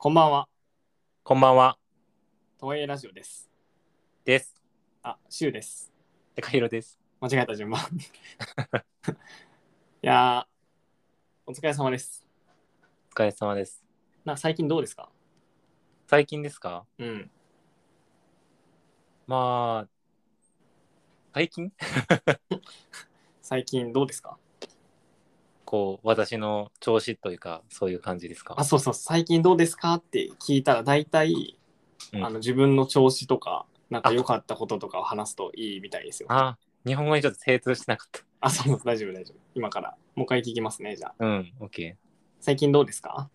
こんばんは。 こんばんは。 東映ラジオです。 です。 シュウです。 高弘です。 間違えた順番。いやお疲れ様です。 お疲れ様です。 最近どうですか？ 最近ですか？ うん。 まあ、最近最近どうですか？ 私の調子というか、そういう感じですか？ そうそう、最近どうですかって聞いたら、大体、 うん。 自分の調子とか、なんかあ、 良かったこととかを話すといいみたいですよ。 日本語にちょっと精通してなかっそうそう、大丈夫、大丈夫。今から、もう一回聞きますね、じゃあ。 た。うん、オッケ最近どうですか？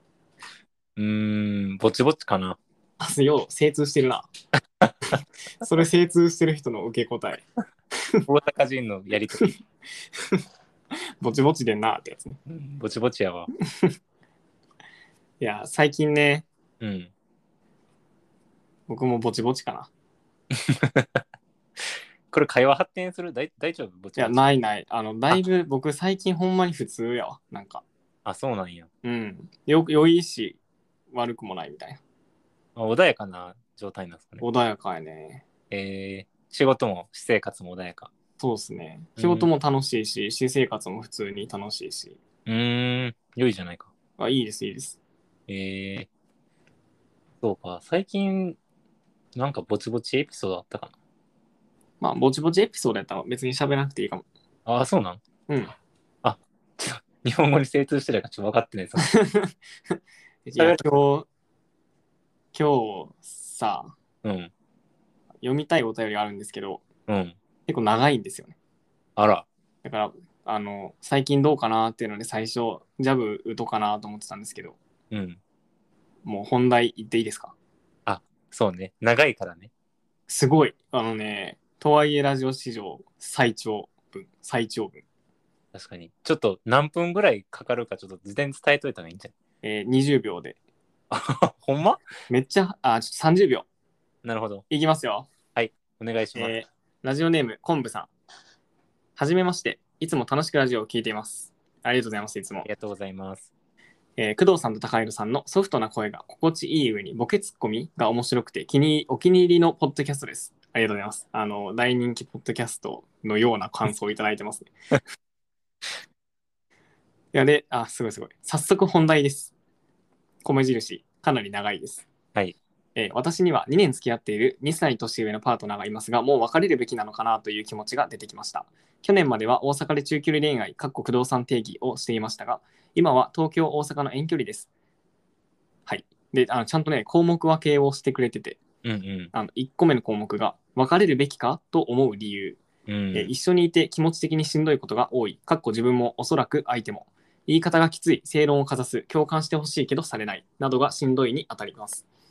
ぼちぼちかな。 よう、精通してるな。それ精通してる人の受け答え。 大阪人のやりとり。 ぼちぼちでんなってやつね。 うん、ぼちぼちやわ。 いや、最近ね、 うん。 僕もぼちぼちかな。 これ会話発展する大丈夫ぼいや、 ちぼち。 ないない。だあ、 いぶ僕最近ほんまに普通やわ。なんか、 そうなんや。 うん。良いし、悪くもないみたいな。 穏やかな状態なんですかね。 穏やかやね。 仕事も私生活も穏やか。 そうっすね。 うん。 仕事も楽しいし、私生活も普通に楽しいし。 良いじゃないか。 いいです、いいです。 えー、そうか。最近、なんかぼちぼちエピソードあったかまあ、ぼちぼちエピソードやったら別に喋らなくていいかも。 な。そうなん。 うん。 あ、ちょ日本語に精通してるからちょっと分かってない、その。 いや、 喋る。 今日さ、 うん、 読みたいお便りがあるんですけど、 うん。 結構長いんですよね。 あら、 だから、最近どうかなっていうので最初、ジャブ打とうかなと思ってたんですけど、 うん。 もう本題言っていいですか？ あ、そうね。長いからね。 すごい。とはいえラジオ史上最長文。 確かに。ちょっと何分ぐらいかかるかちょっと事前に伝えといた方がいいんじゃない？ 20秒で。 ほんま？ めっちゃ、ちょっと30秒。 なるほど。 いきますよ。 はい。お願いします。 ラジオネーム、昆布さん。はじめまして。いつも楽しくラジオを聞いています。ありがとうございます、いつも。 ありがとうございます。 工藤さんと高弘さんのソフトな声が心地いい上にボケツッコミが面白くてお気に入りのポッドキャストです。ありがとうございます。大人気ポッドキャストのような感想をいただいてますね。いや、で、すごいすごい。早速本題です。米印、かなり長いです。 はい。 私には2年付き合っている2歳年上のパートナーがいますが、もう別れるべきなのかなという気持ちが出てきました。去年までは大阪で中距離恋愛、不動産定義をしていましたが、今は東京、大阪の遠距離です。はい。で、ちゃんとね、項目分けをしてくれてて、 うん、 1個目の項目が、別れるべきかと思う理由。 うん。うん。 一緒にいて気持ち的にしんどいことが多い。自分もおそらく相手も。言い方がきつい、正論をかざす、共感してほしいけどされない、などがしんどいに当たります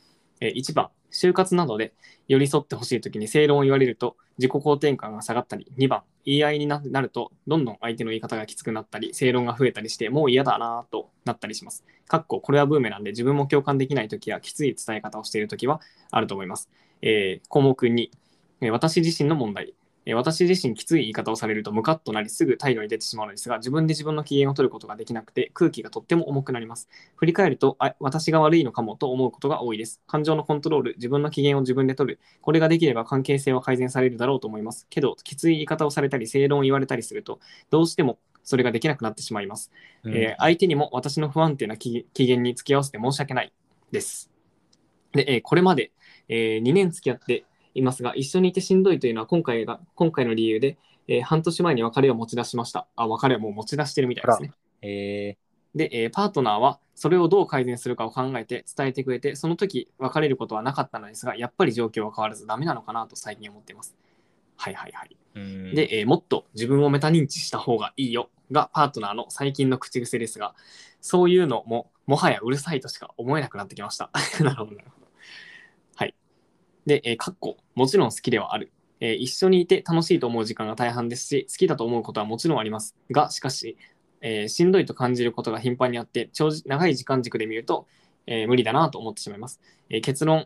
。1番、就活などで寄り添ってほしいときに正論を言われると自己肯定感が下がったり、2番、言い合いになるとどんどん相手の言い方がきつくなったり、正論が増えたりしてもう嫌だなぁとなったりします。これはブーメランで自分も共感できないときやきつい伝え方をしているときはあると思います。項目2、私自身の問題。私自身きつい言い方をされるとムカッとなりすぐ態度に出てしまうのですが、自分で自分の機嫌を取ることができなくて空気がとっても重くなります。振り返ると、私が悪いのかもと思うことが多いです。感情のコントロール、自分の機嫌を自分で取る。これができれば関係性は改善されるだろうと思います。けど、きつい言い方をされたり、正論を言われたりすると、どうしてもそれができなくなってしまいます。 うん。 相手にも私の不安定な機嫌に付き合わせて申し訳ないです。で、これまで、2年付き合っていますが、一緒にいてしんどいというのは今回の理由で、半年前に別れを持ち出しました。別れはもう持ち出してるみたいあら。 ですね。 えで、パートナーはそれをどう改善するかを考えて伝えてくれて、その時別れることはなかったのですが、やっぱり状況は変わらずダメなのかなと最近思っています。はいはいはい。 うん。 で、もっと自分をメタ認知した方がいいよがパートナーの最近の口癖ですが、そういうのももはやうるさいとしか思えなくなってきました。なるほどなるほど。はい。で、もちろん好きではある。一緒にいて楽しいと思う時間が大半ですし、好きだと思うことはもちろんあります。が、しかし、しんどいと感じることが頻繁にあって、長い時間軸で見ると、無理だなと思ってしまいます。結論、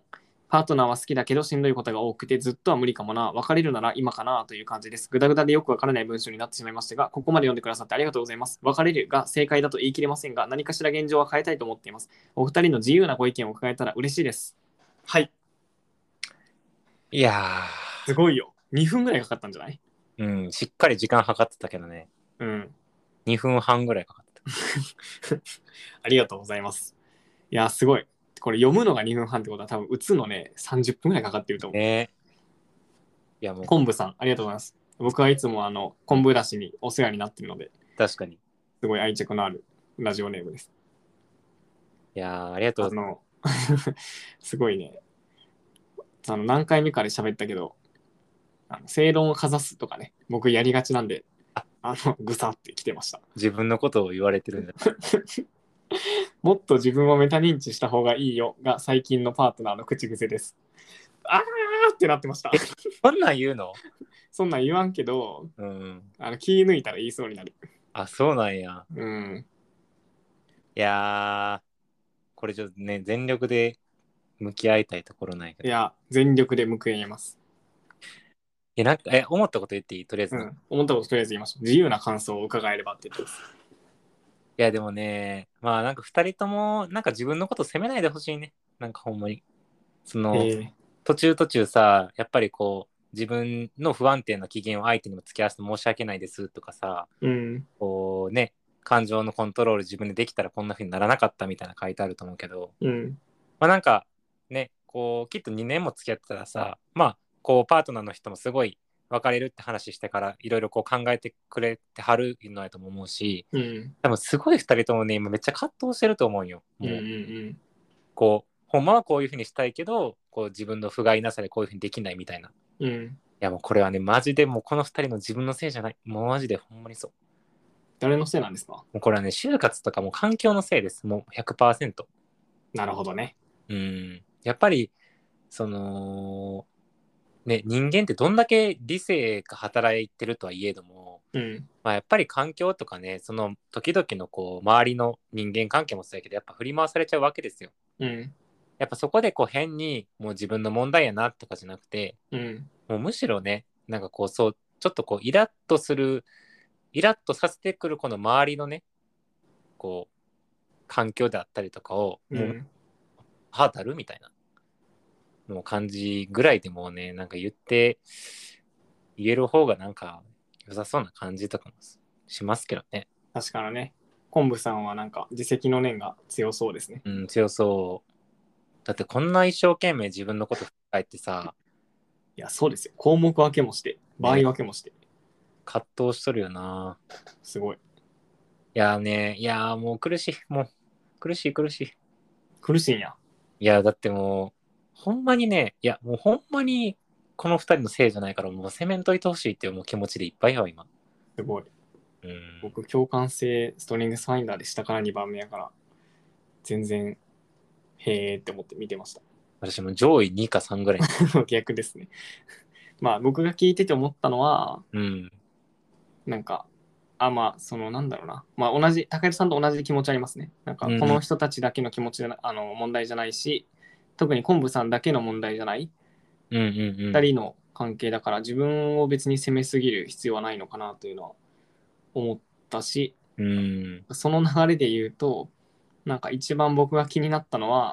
パートナーは好きだけどしんどいことが多くてずっとは無理かもな。別れるなら今かなという感じです。ぐだぐだでよくわからない文章になってしまいましたが、ここまで読んでくださってありがとうございます。別れるが正解だと言い切れませんが、何かしら現状は変えたいと思っています。お二人の自由なご意見を伺えたら嬉しいです。はい。 いやすごいよ。2分ぐらいかかったんじゃない？ うん、しっかり時間計ってたけどね。 うん。 2分半ぐらいかかってた。 ありがとうございます。いや、すごい。これ読むのが2分半ってことは多分打つのね、30分ぐらいかかってると思う。 ね。いやもう、 昆布さん、ありがとうございます。僕はいつも昆布だしにお世話になっているので、 確かに。 すごい愛着のあるラジオネームです。 いやありがとうございすごいね。何回目かで喋ったけど、正論をかざすとかね、僕やりがちなんで、ぐさってきてました。 自分のことを言われてるんだ。 もっと自分をメタ認知した方がいいよが最近のパートナーの口癖です。あーってなってました。 そんなん言うの？ そんなん言わんけど、 うん。 気抜いたら言いそうになる。 あ、そうなんや。 うん。 いやこれちょっとね、全力で向き合いたいところないけど。 いや、全力で報います。 なんか、思ったこと言っていい？とりあえずな。い思ったこととりあえず言いましょう。自由な感想を伺えればって言ってます。 や、でもね、まあなんか2人とも、なんか自分のこと責めないでほしいね。なんかほんまに。その、途中途中さ、やっぱりこう、自分の不安定な機嫌を相手にも付き合わせて申し訳ないですとかさ、こうね、感情のコントロール自分でできたらこんな風にならなかったみたいな書いてあると思うけど、まあなんかね、こうきっと2年も付き合ってたらさ、まあこうパートナーの人もすごい別れるって話してからいろいろこう考えてくれてはるのやとも思うし、多分すごい2人ともね、今めっちゃ葛藤してると思うよ。もう、こうほんまはこういう風にしたいけど、こう自分の不甲斐なさでこういう風にできないみたいな。いやもうこれはね、マジでもうこの2人の自分のせいじゃない。もうマジでほんまにそう。 誰のせいなんですか？ もうこれはね、就活とかも環境のせいです。もう 100%。 なるほどね。 やっぱり、その、ね、人間ってどんだけ理性が働いてるとはいえども、まあ、やっぱり環境とかね、その時々のこう周りの人間関係もそうやけど、やっぱ振り回されちゃうわけですよ。やっぱそこでこう変にもう自分の問題やなとかじゃなくて、もうむしろね、なんかこうそうちょっとこうイラッとさせてくるこの周りのね、こう環境であったりとかをもうはだるみたいなの感じぐらいでもね、なんか言える方がなんか良さそうな感じとかもしますけどね。 確かにね。昆布さんはなんか自責の念が強そうですね。 強そう。だってこんな一生懸命自分のこと振り返ってさ、 いや、そうですよ。項目分けもして、場合分けもして。 葛藤しとるよな。 すごい。 いやもう苦しい。もう苦しい。 苦しいんや。 いや、だってもう、ほんまにね、いや、もうほんまにこの二人のせいじゃないから、もう責めんといてほしいっていうもう気持ちでいっぱいやわ、今。 すごい。僕、共感性ストリングスファインダーで下から2番目やから、全然、へーって思って見てました。 私も上位2か3ぐらい。 逆ですね。まあ、僕が聞いてて思ったのは、なんか、なんだろうな。まあ、高井さんと同じ気持ちありますね。なんか、この人たちだけの気持ちで、問題じゃないし、特に昆布さんだけの問題じゃない。二人の関係だから、自分を別に責めすぎる必要はないのかなというのは思ったし、その流れで言うと、なんか一番僕が気になったのは、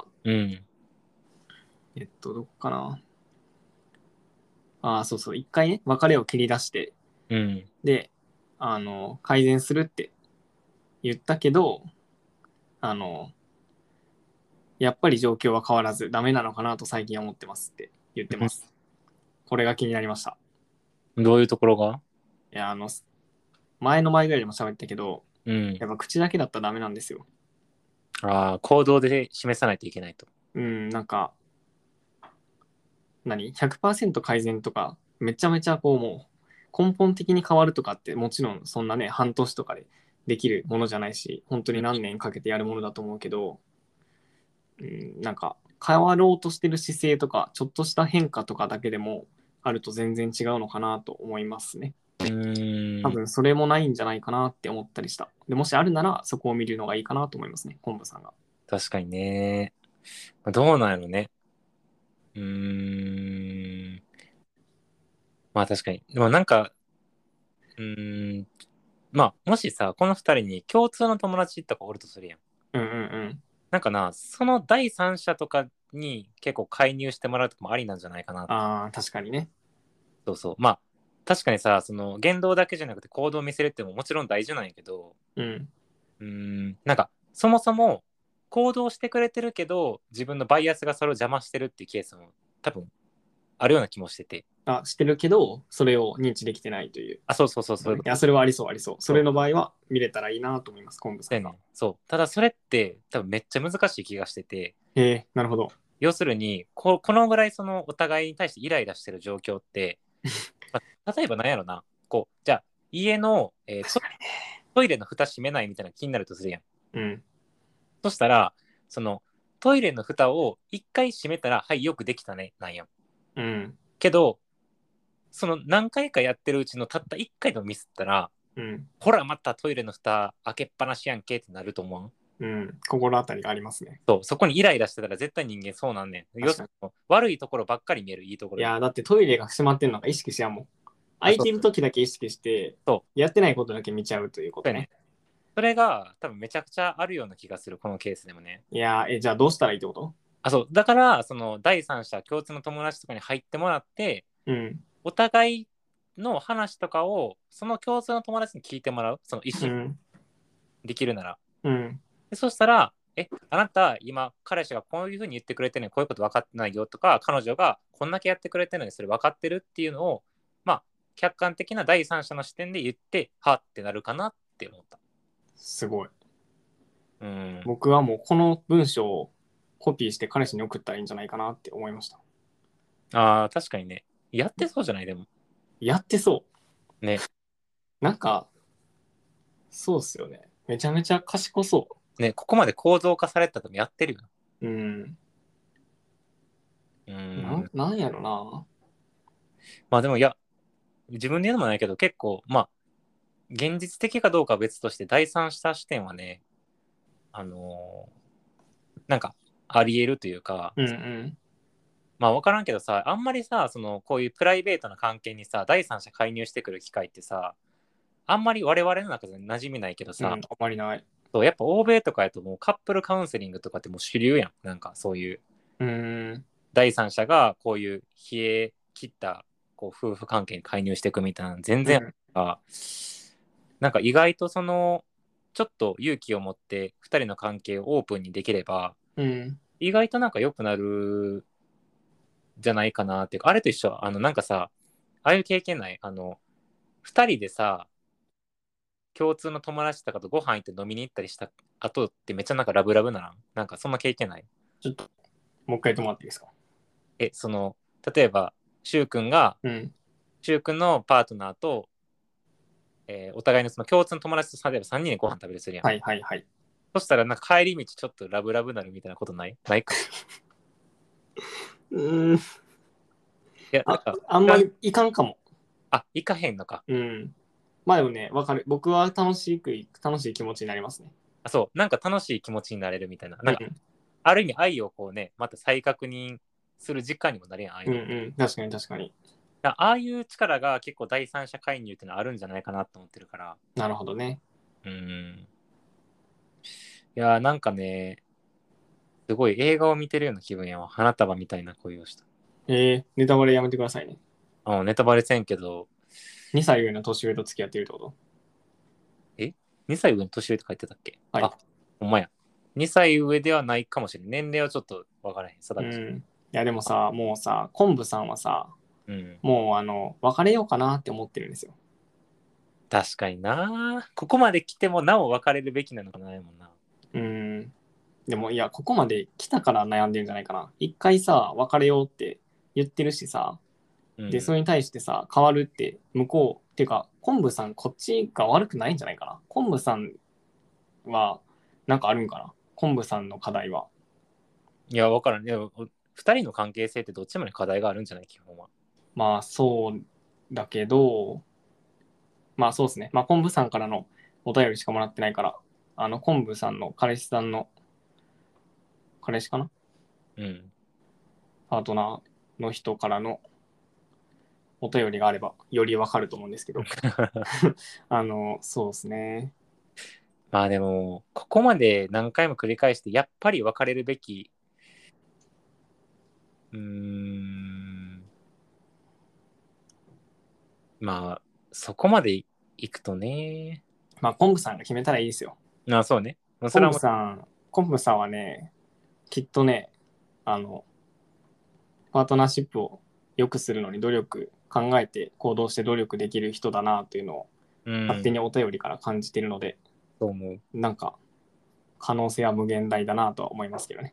どこかな。そうそう、一回ね、別れを切り出して、で、改善するって言ったけど、やっぱり状況は変わらずダメなのかなと最近思ってますって言ってます。これが気になりました。 どういうところが？ いや、前の前ぐらいでも喋ったけど、やっぱ口だけだったらダメなんですよ。 行動で示さないといけないと。 なんか、100% 改善とか、めちゃめちゃこうもう、根本的に変わるとかってもちろんそんなね、半年とかでできるものじゃないし、本当に何年かけてやるものだと思うけど、なんか変わろうとしてる姿勢とか、ちょっとした変化とかだけでもあると全然違うのかなと思いますね。多分それもないんじゃないかなって思ったりした。でもしあるならそこを見るのがいいかなと思いますね、昆布さんが。 確かにね。どうなんやろね。 うーん。まあ確かに。でもなんか、うーん。まあもしさ、この二人に共通の友達とかおるとするやん。 うんうんなんかな、その第三者とかに結構介入してもらうとかもありなんじゃないかな。 うん。ああ、確かにね。 そうそう。まあ確かにさ、その言動だけじゃなくて行動を見せるってももちろん大事なんやけど、 うん。 なんかそもそも行動してくれてるけど、自分のバイアスがそれを邪魔してるっていうケースも多分あるような気もしてて。 あ、してるけど、それを認知できてないという。 あ、そうそうそう、そういういや、 こと。 それはありそうありそう。そそうれの場合は見れたらいいなと思います、昆布さんが。 だよね。そう。ただそれって多分めっちゃ難しい気がしてて、 へえ、なるほど。 要するにこのぐらいそのお互いに対してイライラしてる状況って、まあ、例えば何やろな、こう、じゃあ家の、 確かにね。 トイレの蓋閉めないみたいな気になるとするやん。 うん。 そしたら、そのトイレの蓋を一回閉めたら、はい、よくできたね、なんやん。 うん。 けど、その何回かやってるうちのたった一回のミスったら、 うん。 ほら、またトイレの蓋開けっぱなしやんけってなると思う。 うん。心当たりがありますね。 そう、そこにイライラしてたら絶対人間そうなんねん。要確かに。 するに悪いところばっかり見える、いいところより。 いや、だってトイレが閉まってんのか意識しやんもん。 あ、 空いてる時だけ意識して、 そう、 やってないことだけ見ちゃうということね。 そうやね。それが多分めちゃくちゃあるような気がする、このケースでもね。 いや、じゃあどうしたらいいってこと？ あ、そう。だから、その第三者、共通の友達とかに入ってもらって、 うん。 お互いの話とかを、その共通の友達に聞いてもらう。その一緒にうん。 できるなら。 うん。 でそしたら、あなた、今、彼氏がこういうふうに言ってくれてるのに、こういうこと分かってないよとか、彼女がこんだけやってくれてるのに、それ分かってるっていうのを、まあ、客観的な第三者の視点で言って、はってなるかなって思った。 すごい。 うん。 僕はもうこの文章をコピーして彼氏に送ったらいいんじゃないかなって思いました。 ああ、確かにね。やってそうじゃないでも。 やってそね。 う。なんか、そうっすよね。めちゃめちゃ賢そね、ここまで構造化されたともやってるよ。 う。うん。 うん。 なんやろな。 まあでも、いや、自分で言うのもないけど、結構、まあ、現実的かどうかは別として、第三者視点はね、あのなんか、あり得るというか、 うんうん。 まあ分からんけどさ、あんまりさ、こういうプライベートな関係にさ、第三者介入してくる機会ってさ、あんまり我々の中で馴染みないけどさ、 うん、あまりない。 そうやっぱ欧米とかやともうカップルカウンセリングとかってもう主流やん。なんかそういううーん。 第三者がこういう冷え切ったこう夫婦関係に介入していくみたいな全然うん。 あなんか意外とちょっと勇気を持って2人の関係をオープンにできればうん。 意外となんか良くなるじゃないかなっていうか、あれと一緒、なんかさ、ああいう経験ない、2人でさ、共通の友達とかとご飯行って飲みに行ったりした後ってめっちゃなんかラブラブならん、なんかそんな経験ない？ ちょっと、もう一回言ってもらっていいですか？ え、例えば、しゅうくんが、 うん。 しゅうくんのパートナーと、お互いのその共通の友達と例えば3人でご飯食べるするやん。 はいはいはい。 そしたらなんか帰り道ちょっとラブラブなるみたいなことないか。 うーん。 いや、なんか、 あんまりいかんかも。 行かへんのか。 うん。まあでもね、わかる。僕は楽しい気持ちになりますね。 あ、そう、なんか楽しい気持ちになれるみたいな。なんか、 うん。 ある意味愛をこうね、また再確認する時間にもなるやん、ああいうの。 うんうん。確かに確かに。 ああいう力が結構第三者介入っていうのはあるんじゃないかなと思ってるから。 なるほどね。 うん。いやーなんかね、すごい映画を見てるような気分やわ。花束みたいな恋をした。 ネタバレやめてくださいね。 ネタバレせんけど、 2歳上の年上と付き合っているってこと？ え ?2 歳上の年上って書いてたっけ？ はい。 あ、ほんまや。2歳上ではないかもしれん。年齢はちょっとわからへん。定かじゃ。 うん。いやでもさ、もうさ、昆布さんはさ、 うん。 もう別れようかなって思ってるんですよ。 確かにな。ここまで来てもなお別れるべきなのかないもんな。 うん。でもいや、ここまで来たから悩んでるんじゃないかな。一回さ、別れようって言ってるしさ、で、そうん。 れに対してさ、変わるって向こう、っていうか、昆布さんこっちが悪くないんじゃないかな。昆布さんは、なんかあるんかな。昆布さんの課題は。 いや、わからん。いや、二人の関係性ってどっちもに課題があるんじゃない基本は。 まあ、そうだけど、まあそうですね。まあ、昆布さんからのお便りしかもらってないから、昆布さんの彼氏さんの、彼氏かなうん。 パートナーの人からのお便りがあればよりわかると思うんですけどそうですね。 まあでも、ここまで何回も繰り返して、やっぱり別れるべき、まあ、そこまでいくとね。 まあコンブさんが決めたらいいですよ。 あ、そうね。そコンれはもう、 ブさん、コンブさんはね、きっとね、あの、パートナーシップを良くするのに考えて行動して努力できる人だなというのをうん、 勝手にお便りから感じているので、 そう思う。 なんか可能性は無限大だなとは思いますけどね。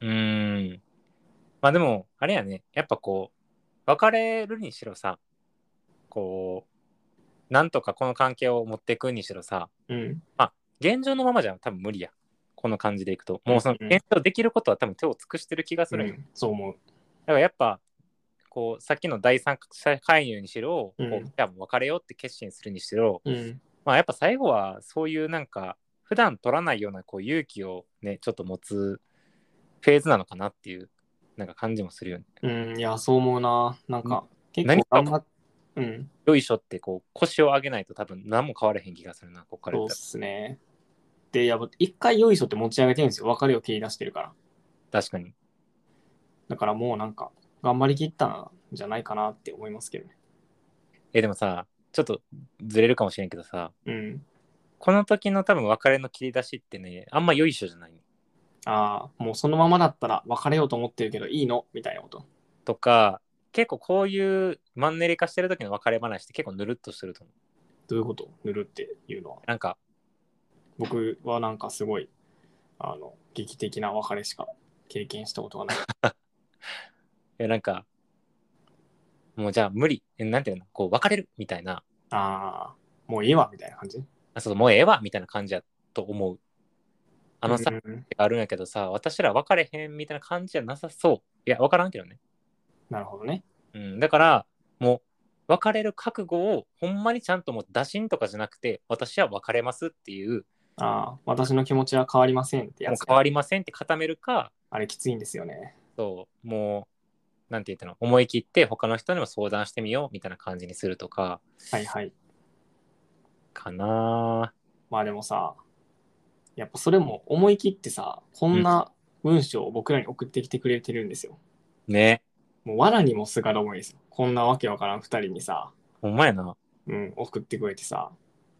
まあでも、あれやね。やっぱこう、別れるにしろさ、こう、なんとかこの関係を持っていくにしろさ、 うん。 まあ、現状のままじゃ多分無理や。この感じでいくと。 うん。 もうその現状できることは多分手を尽くしてる気がするんよ。 うん。そう思う。 だからやっぱ、こう、さっきの第三者介入にしろ、こう、 うん。 じゃあもう別れようって決心するにしろ、 うん。 まあやっぱ最後はそういうなんか、普段取らないようなこう勇気をね、ちょっと持つフェーズなのかなっていう、なんか感じもするよね。 うん。いや、そう思うな。なんか結何か構頑張っ、うん。 よいしょってこう腰を上げないと多分何も変わらへん気がするな、ここから言ったら。 そうっすね。で、やっぱ一回よいしょって持ち上げてるんですよ。別れを切り出してるから。 確かに。 だからもうなんか頑張りきったんじゃないかなって思いますけどね。 でもさ、ちょっとずれるかもしれんけどさ、 うん。 この時の多分別れの切り出しってね、あんまよいしょじゃない。 ああ、もうそのままだったら別れようと思ってるけどいいのみたいなこと。 とか、結構こういうマンネリ化してる時の別れ話って結構ぬるっとすると思う。 どういうこと塗るっていうのは。 なんか、 僕はなんかすごい、劇的な別れしか経験したことがない。 なんか、もうじゃあ無理。なんていうの、こう別れるみたいな、 ああ、もういいわ、みたいな感じ。 そうもうええわみたいな感じやと思う。あうのさ、 ん。 あるんやけどさ、私ら別れへんみたいな感じじゃなさそう。いや、分からんけどね。 なるほどね。 だから、もう、別れる覚悟をほんまにちゃんともう打診とかじゃなくて、私は別れますっていう、 ああ、私の気持ちは変わりませんってやもうつね。 変わりませんって固めるか、 あれきついんですよね。 そう、もう、なんて言ったの、思い切って他の人にも相談してみようみたいな感じにするとか、 はいはい。 かな。 まあでもさ、やっぱそれも思い切ってさ、こうん。 んな文章を僕らに送ってきてくれてるんですよ。 ね。 もう藁にもすがる思いですよ。こんなわけわからん二人にさ、 ほんまやな。 うん、送ってくれてさ。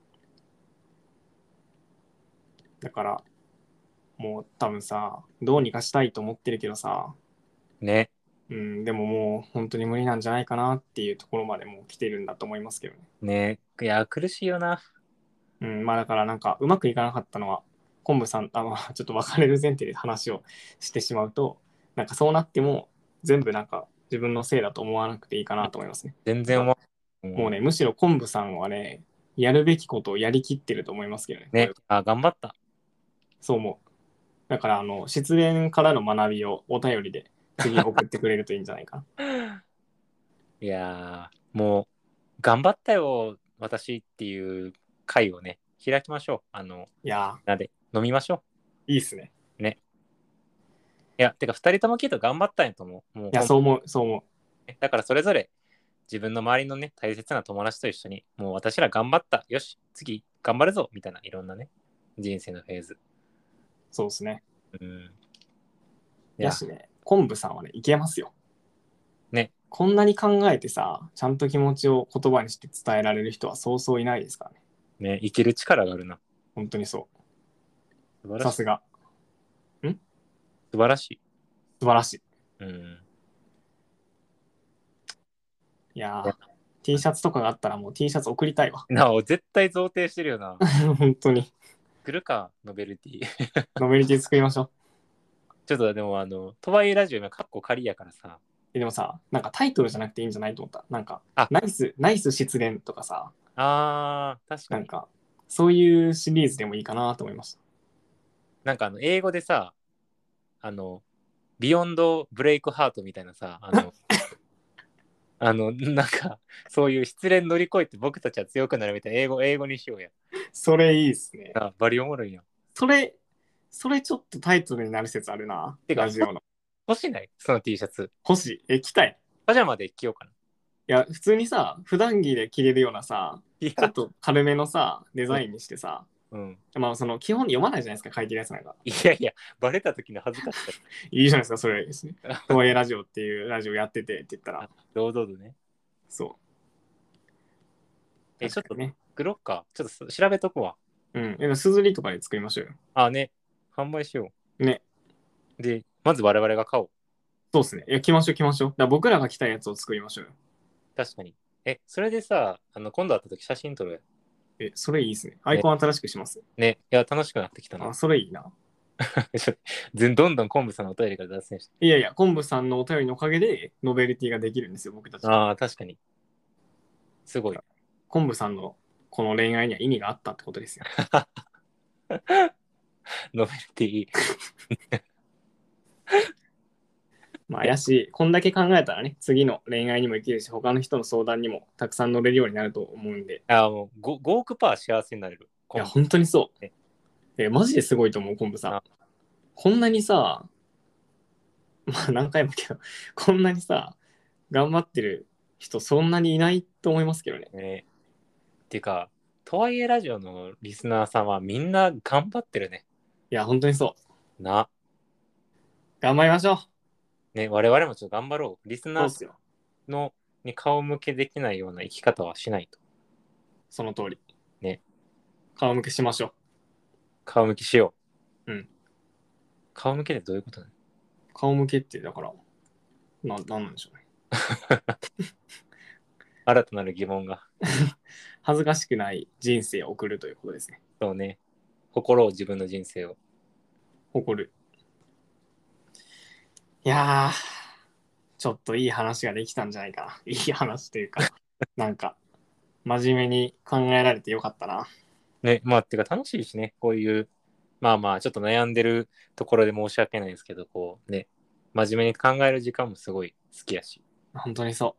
だから、もう多分さ、どうにかしたいと思ってるけどさ、 ね。 うん、でももう本当に無理なんじゃないかなっていうところまでもう来てるんだと思いますけどね。 ね。いや、苦しいよな。 うん、まあだからなんかうまくいかなかったのは、昆布さん、ちょっと別れる前提で話をしてしまうと、なんかそうなっても全部なんか自分のせいだと思わなくていいかなと思いますね。だから全然もうもうね、むしろ昆布さんはね、やるべきことをやりきってると思いますけどね。こね。 れ、 あ、頑張った。 そう思う。だから失恋からの学びをお便りで次送ってくれるといいんじゃないかな。 いやー、もう、頑張ったよ、私っていう会をね、開きましょう。 いやなんで、飲みましょいいっすね。 う。ね。いや、てか、二人ともきっと頑張ったんやと思う。もういや、そう思う、そう思う。 だから、それぞれ自分の周りのね、大切な友達と一緒に、もう私ら頑張った。よし、次、頑張るぞ。みたいな、いろんなね、人生のフェーズ。 そうですね。 うん。いや、 やしね、昆布さんはね、いけますよ。 ね、 こんなに考えてさ、ちゃんと気持ちを言葉にして伝えられる人はそうそういないですからね。 ね、生きる力があるな。 本当にそう。 素晴らしい。 さすが。 素晴らしい。 素晴らしい。 うん。 いやー、 いや T シャツとかがあったらもう T シャツ送りたいわ。 なお、絶対贈呈してるよな。 本当に。 来るか、ノベルティ。 ノベリティ作りましょう。 ちょっとでも、とはいえラジオ今、カッコ仮やからさ。 でもさ、なんかタイトルじゃなくていいんじゃないと思った。なんか、 あ、 ナイス失恋とかさ、 確かに。 なんか、そういうシリーズでもいいかなと思いました。 なんか英語でさ、あの、ビヨンドブレイクハートみたいなさ、なんか、そういう失恋乗り越えて僕たちは強くなるみたいな英語にしようや。 それいいっすね。 バリおもろいやん。 それ、それちょっとタイトルになる説あるな。 てか、 ラジオの。 欲しないその T シャツ。 欲しい。着たい。 パジャマで着ようかな。 いや、普通にさ、普段着で着れるようなさ、 いや、 ちょっと軽めのさ、デザインにしてさ、 うん。 まあその基本読まないじゃないですか、書いてるやつなんか。 いやいや、バレた時の恥ずかしさ。 いいじゃないですか、それですね。とはいえラジオっていうラジオやっててって言ったら、 堂々とね。 そう。 ちょっと確かにね。 作ろっか。ちょっと調べとくわ。 うん。でもすずりとかで作りましょうよ。 あ、ね。販売しよね。 う。で、まず我々が買おう。 そうっすね。いや、着ましょう、着ましょう。だから僕らが着たいやつを作りましょうよ。 確かに。それでさ、今度会った時写真撮る。 それいいですね。アイね。 コン新しくします。 ね。いや、楽しくなってきたな。 あ、それいいな。 どんどん昆布さんのお便りから脱線して。 いやいや、昆布さんのお便りのおかげで、ノベルティができるんですよ、僕たち。 ああ、確かに。すごい。 昆布さんのこの恋愛には意味があったってことですよ。 ノベルティ。 まあ、やし、こんだけ考えたらね、次の恋愛にも生きるし、他の人の相談にもたくさん乗れるようになると思うんで。 もう5億パー幸せになれる。 いや、 昆布。 本当にそね。 う。マジですごいと思う、昆布さん。 あこんなにさ、まあ何回も言うけど、こんなにさ、頑張ってる人そんなにいないと思いますけどね。 っていうか、とはいえラジオのリスナーさんはみんな頑張ってるね。 いや、本当にそう。 な。 頑張りましょう。 ね、我々もちょっと頑張ろう。リスナーさそうっすよ。 んに顔向けできないような生き方はしないと。 その通り。 ね。 顔向けしましょ顔向きしよう。うん。 う。顔向けってどういうことなの？ 顔向けって、だから、なんなんでしょうね。 新たなる疑問が。 恥ずかしくない人生を送るということですね。 そうね。心を自分の人生を。 誇る。いやー、ちょっといい話ができたんじゃないかな。いい話というか、なんか、真面目に考えられてよかったな。 ね、まあ、てか楽しいしね。こういう、まあまあ、ちょっと悩んでるところで申し訳ないですけど、こうね、真面目に考える時間もすごい好きやし。 本当にそう。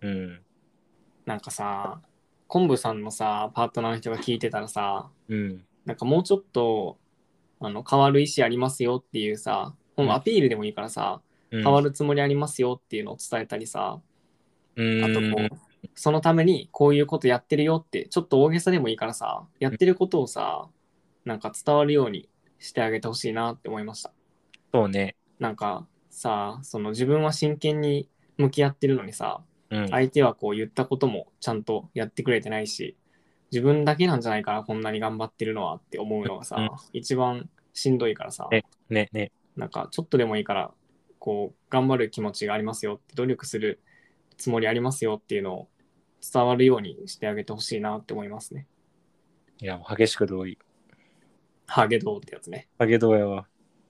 うん。 なんかさ、昆布さんのさ、パートナーの人が聞いてたらさ、 うん。 なんかもうちょっと、変わる意思ありますよっていうさ、 うん。 アピールでもいいからさ、 うん。 変わるつもりありますよっていうのを伝えたりさ、 うあとーん。 こう、そのためにこういうことやってるよって、ちょっと大げさでもいいからさ、やってることをさ、なんか伝わるようにしてあげてほしいなって思いました。 そうね。 なんかさ、その自分は真剣に向き合ってるのにさ、 うん。 相手はこう言ったこともちゃんとやってくれてないし、自分だけなんじゃないかな、こんなに頑張ってるのはって思うのがうん。 さ、一番しんどいからさ、 ね、ね、ね。 なんかちょっとでもいいから、こう、頑張る気持ちがありますよって、努力するつもりありますよっていうのを伝わるようにしてあげてほしいなって思いますね。 いや、もう激しく同意。 ハゲドウってやつね。 ハゲドウやわ。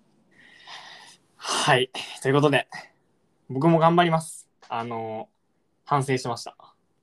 はい。ということで、僕も頑張ります。反省しました。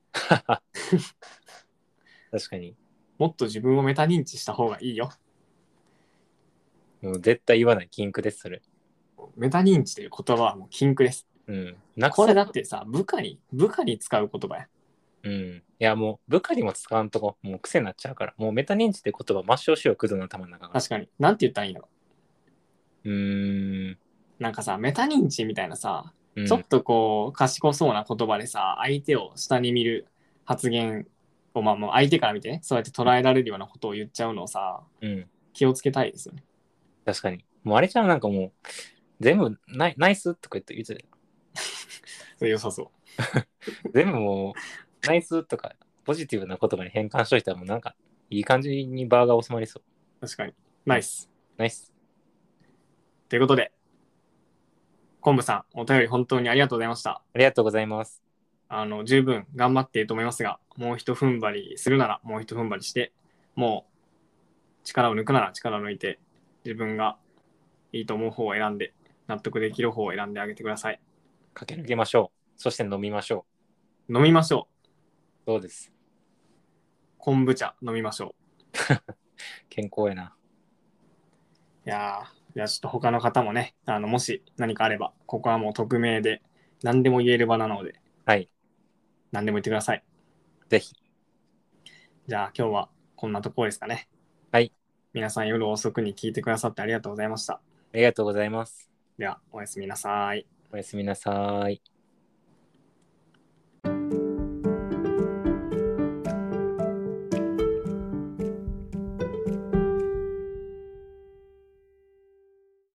確かに。 もっと自分をメタ認知した方がいいよ。 もう絶対言わない禁句です、それ。 メタ認知という言葉はもう禁句です。 うん。なくこれそう。 だってさ、部下に使う言葉や。 うん。いや、もう部下にも使わんとこ。もう癖になっちゃうから。もうメタ認知って言葉抹消しよう、クズの頭の中から。 確かに。なんて言ったらいいの？ うーん。 なんかさ、メタ認知みたいなさ、 うん。 ちょっとこう、賢そうな言葉でさ、相手を下に見る発言を、まあもう相手から見てね、そうやって捉えられるようなことを言っちゃうのをさ、 うん。 気をつけたいですよね。 確かに。もうあれちゃんなんかもう、全部ナイスとか言ってたよ。 それ良さそう。 全部もう、ナイスとか、ポジティブな言葉に変換しといたらもうなんか、いい感じにバーが収まりそう。 確かに。ナイス。 ナイス。 ということで、昆布さん、お便り本当にありがとうございました。 ありがとうございます。 十分頑張っていると思いますが、もう一踏ん張りするならもう一踏ん張りして、もう力を抜くなら力を抜いて、自分がいいと思う方を選んで、納得できる方を選んであげてください。 駆け抜けましょう。そして飲みましょ飲みましょう。 う。そうです。 昆布茶飲みましょ健康やな。 う。じゃあちょっと他の方もね、もし何かあれば、ここはもう匿名で何でも言える場なので、 はい。 何でも言ってください。 ぜひ。 じゃあ今日はこんなところですかね。 はい。 皆さん夜遅くに聞いてくださってありがとうございました。 ありがとうございます。 では、おやすみなさい。 おやすみなさい。